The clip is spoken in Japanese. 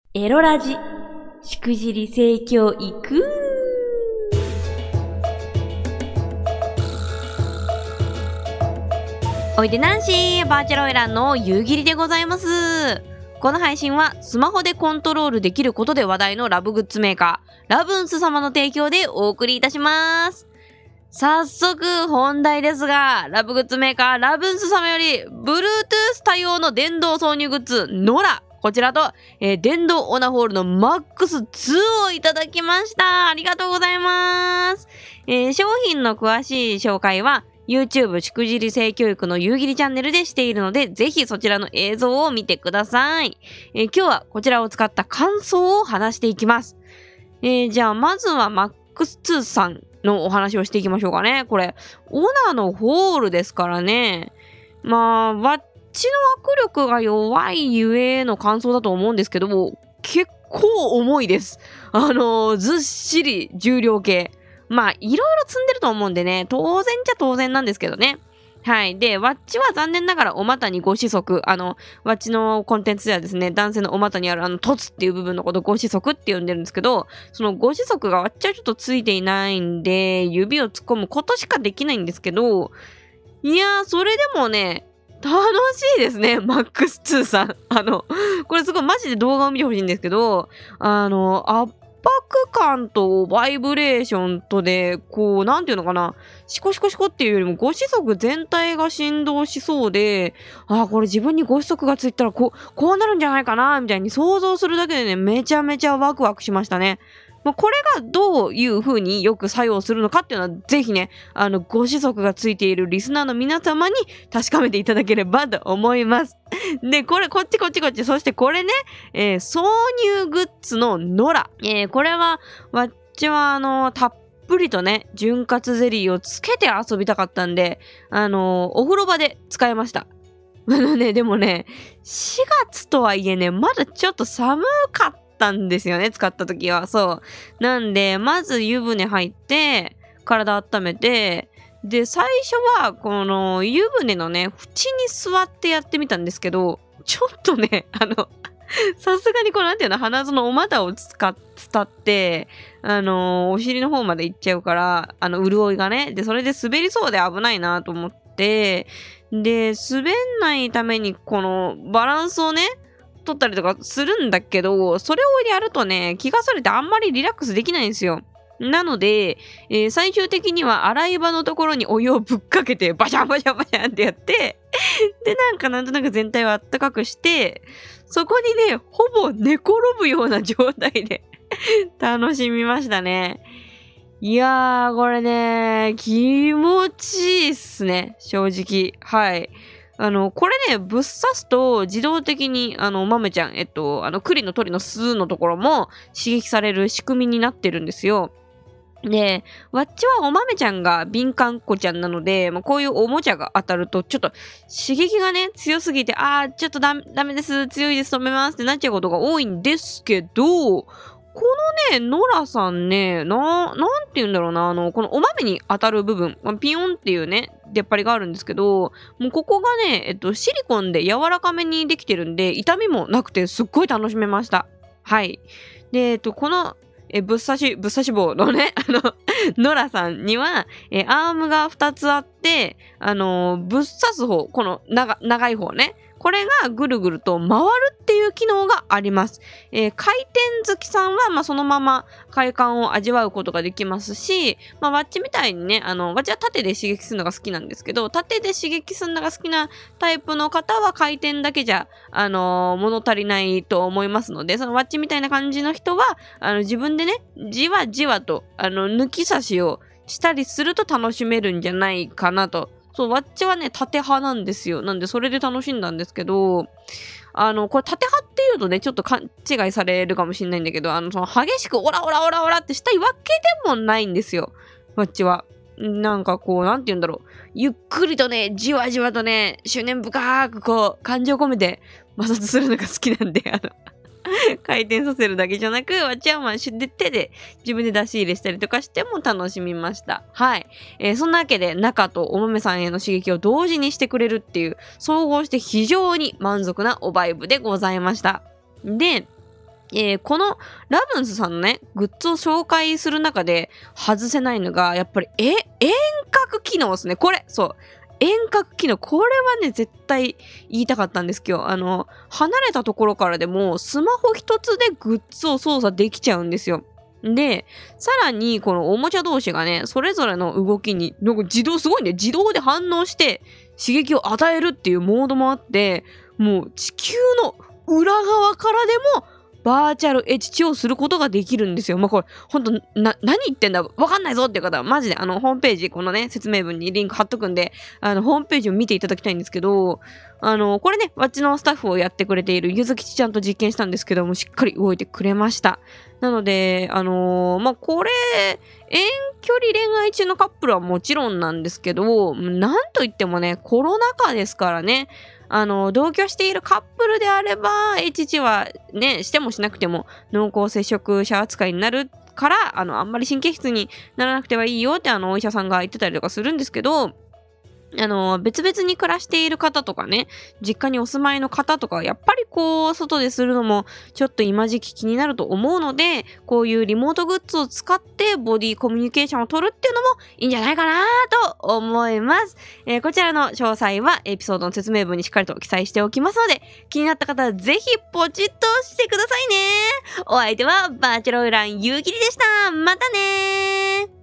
エロラジ、しくじり性教育。おいでナンシー、バーチャルオイランの夕霧でございます。この配信はスマホでコントロールできることで話題のラブグッズメーカー、ラブンス様の提供でお送りいたします。早速本題ですが、ラブグッズメーカーラブンス様より Bluetooth 対応の電動挿入グッズノラ、こちらと、電動オナホールの MAX2 をいただきました。ありがとうございます。商品の詳しい紹介は YouTube しくじり性教育の夕霧チャンネルでしているので、ぜひそちらの映像を見てください。今日はこちらを使った感想を話していきます。じゃあまずは MAX2 さんのお話をしていきましょうかね。これオナのホールですからね。まあワッチの握力が弱いゆえの感想だと思うんですけど、結構重いです。ずっしり重量系。まあいろいろ積んでると思うんでね、当然じゃ当然なんですけどね。はい。で、ワッチは残念ながらお股にご子息、ワッチのコンテンツではですね、男性のお股にある凸っていう部分のことをご子息って呼んでるんですけど、そのご子息がワッチはちょっとついていないんで、指を突っ込むことしかできないんですけど、いやー、それでもね、楽しいですね、MAX2 さん。これすごいマジで動画を見てほしいんですけど、圧迫感とバイブレーションとで、こう、なんていうのかな、シコシコシコっていうよりも、ご子息全体が振動しそうで、これ自分にご子息がついたらこうなるんじゃないかな、みたいに想像するだけでね、めちゃめちゃワクワクしましたね。これがどういう風によく作用するのかっていうのは、ぜひね、ご子息がついているリスナーの皆様に確かめていただければと思います。で、こっち。そしてこれね、挿入グッズのノラ。これは、わっちはたっぷりとね、潤滑ゼリーをつけて遊びたかったんで、お風呂場で使いました。でもね、4月とはいえね、まだちょっと寒かったんですよね、使った時は。そう。なんで、まず湯船入って、体温めて、で、最初は、この湯船のね、縁に座ってやってみたんですけど、ちょっとね、さすがにこのなんていうの、鼻そのお股を伝って、お尻の方まで行っちゃうから、潤いがね。で、それで滑りそうで危ないなと思って、で、滑んないために、このバランスをね、取ったりとかするんだけど、それをやるとね、気がそれてあんまりリラックスできないんですよ。なので、最終的には洗い場のところにお湯をぶっかけてバシャンバシャンバシャンってやって、で、なんとなく全体をあったかくして、そこにね、ほぼ寝転ぶような状態で楽しみましたね。いやー、これね、気持ちいいっすね、正直。はい。これね、ぶっ刺すと自動的に、お豆ちゃん、栗の鳥の巣のところも刺激される仕組みになってるんですよ。で、わっちはお豆ちゃんが敏感子ちゃんなので、こういうおもちゃが当たると、ちょっと刺激がね、強すぎて、ちょっとダメです、強いです、止めますってなっちゃうことが多いんですけど、このね、ノラさんね、なんて言うんだろうな、このお豆に当たる部分、ピヨンっていうね、出っ張りがあるんですけど、もうここがね、シリコンで柔らかめにできてるんで、痛みもなくてすっごい楽しめました。はい。で、この、ぶっ刺し棒のね、ノラさんには、アームが2つあって、ぶっ刺す方、この長い方ね、これがぐるぐると回るっていう機能があります。回転好きさんは、そのまま快感を味わうことができますし、ワッチみたいにね、ワッチは縦で刺激するのが好きなんですけど、縦で刺激するのが好きなタイプの方は回転だけじゃ、物足りないと思いますので、そのワッチみたいな感じの人は、自分でね、じわじわと、抜き差しをしたりすると楽しめるんじゃないかなと。そう、ワッチはね、縦派なんですよ。なんで、それで楽しんだんですけど、これ縦派っていうとね、ちょっと勘違いされるかもしれないんだけど、その激しくオラオラオラオラってしたいわけでもないんですよ。ワッチは。なんかこう、なんて言うんだろう。ゆっくりとね、じわじわとね、執念深くこう、感情込めて摩擦するのが好きなんで、回転させるだけじゃなく、わっちは手で自分で出し入れしたりとかしても楽しみました。はい。そんなわけで、中とお豆さんへの刺激を同時にしてくれるっていう、総合して非常に満足なおバイブでございました。で、 このラブンスさんのね、グッズを紹介する中で外せないのが、やっぱり、遠隔機能ですね。これ、そう。遠隔機能。これはね、絶対言いたかったんですけど、離れたところからでも、スマホ一つでグッズを操作できちゃうんですよ。で、さらに、このおもちゃ同士がね、それぞれの動きに、なんかすごいね、自動で反応して刺激を与えるっていうモードもあって、もう地球の裏側からでも、バーチャルエッジをすることができるんですよ。まあ、これ、ほんと、何言ってんだわかんないぞっていう方は、マジで、ホームページ、このね、説明文にリンク貼っとくんで、ホームページを見ていただきたいんですけど、これね、わっちのスタッフをやってくれているゆずきちちゃんと実験したんですけども、しっかり動いてくれました。なので、まあ、これ、遠距離恋愛中のカップルはもちろんなんですけど、なんといってもね、コロナ禍ですからね、同居しているカップルであれば、HT はね、してもしなくても濃厚接触者扱いになるから、あんまり神経質にならなくてはいいよってお医者さんが言ってたりとかするんですけど、別々に暮らしている方とかね、実家にお住まいの方とか、やっぱり外でするのも、ちょっと今時期気になると思うので、こういうリモートグッズを使ってボディコミュニケーションを取るっていうのもいいんじゃないかなと思います。こちらの詳細はエピソードの説明文にしっかりと記載しておきますので、気になった方はぜひポチッとしてくださいね。お相手はバーチャルオイランゆうきりでした。またねー。